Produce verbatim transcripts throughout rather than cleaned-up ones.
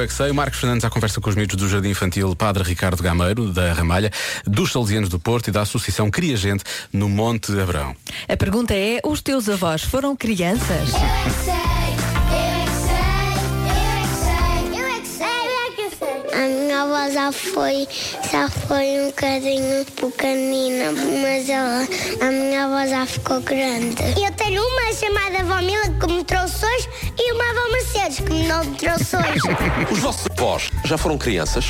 é que sei. Marcos Fernandes à conversa com os miúdos do Jardim Infantil Padre Ricardo Gameiro, da Ramalha, dos Salesianos do Porto e da Associação Cria Gente no Monte Abrão. A pergunta é, os teus avós foram crianças? Eu é que sei, eu é que sei, eu é que sei, eu é que sei, eu é que sei. A minha avó já foi, já foi um bocadinho pequenina, mas ela, a minha avó já ficou grande. Eu tenho uma chamada avó Mila que me trouxe hoje e uma avó Mercedes que me não trouxe hoje. Os vossos avós já foram crianças?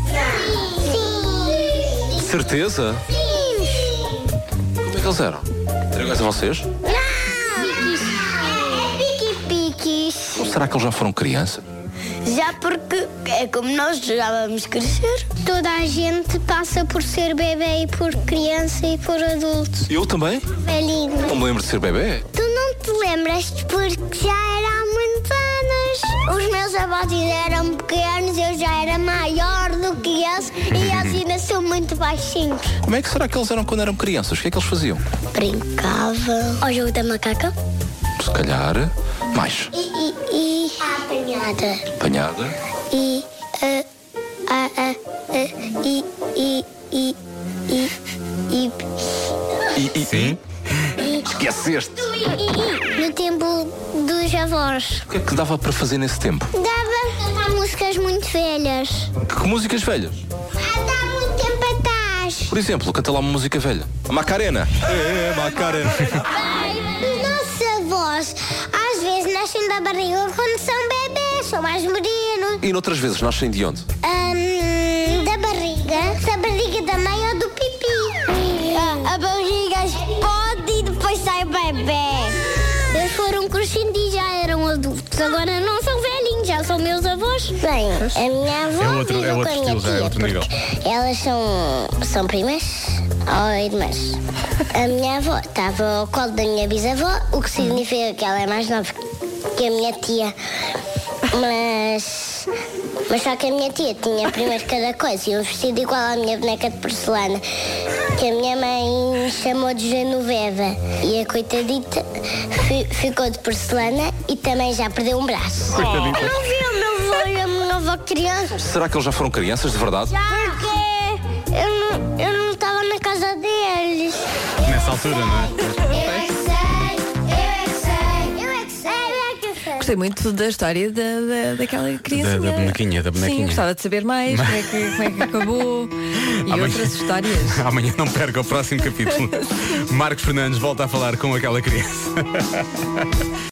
Sim. Certeza? Sim. Como é que eles eram? Eram iguais a vocês? Não! É piqui-piquis. Ou será que eles já foram crianças? Já porque é como nós já vamos crescer. Toda a gente passa por ser bebê e por criança e por adulto. Eu também? Velhinho. Não me lembro de ser bebê. Tu não te lembras porque já era há muitos anos. Os meus avós ainda eram pequenos, eu já era maior do que eles e eles ainda são muito baixinhos. Como é que será que eles eram quando eram crianças? O que é que eles faziam? Brincavam. Ao jogo da macaca. Se calhar, mais. E, e, e... a apanhada. Apanhada. E... a, a, a, a, e... e... e... e... e... E, e, Sim. e esqueceste. no tempo dos avós. O que é que dava para fazer nesse tempo? Dava músicas muito velhas. Que, que músicas velhas? Há muito tempo atrás. Por exemplo, canta lá uma música velha. A Macarena. É, Macarena. Os nossos avós às vezes nascem da barriga quando são bebês, são mais meninos. E noutras vezes nascem de onde? Ahm, da barriga, da barriga da mãe ou do pipi. A, a barriga explode e depois sai bebê. Eles foram crescendo e já eram adultos. Agora não são velhinhos, já são meus avós. Bem, a minha avó É outro- viveu é outro com a minha estilo, já é tia, outro nível. porque elas são, são primas ou irmãs. A minha avó estava ao colo da minha bisavó, o que significa que ela é mais nova que a minha tia. Mas, mas só que a minha tia tinha primeiro cada coisa e um vestido igual à minha boneca de porcelana, que a minha mãe chamou de Genoveva. E a coitadita fi- ficou de porcelana e também já perdeu um braço. Eu não vi o meu avô e a minha avó criança. Será que eles já foram crianças de verdade? Porque eu não, eu não estava na casa deles. Nessa altura, não é? Eu é que sei, eu é que sei, eu é que sei, eu é que sei. Gostei muito da história da, da, daquela criança. Da- da bonequinha, da bonequinha. Sim, gostava de saber mais como é que, como é que acabou e Amanhã- outras histórias. Amanhã não perca o próximo capítulo. Marcos Fernandes volta a falar com aquela criança.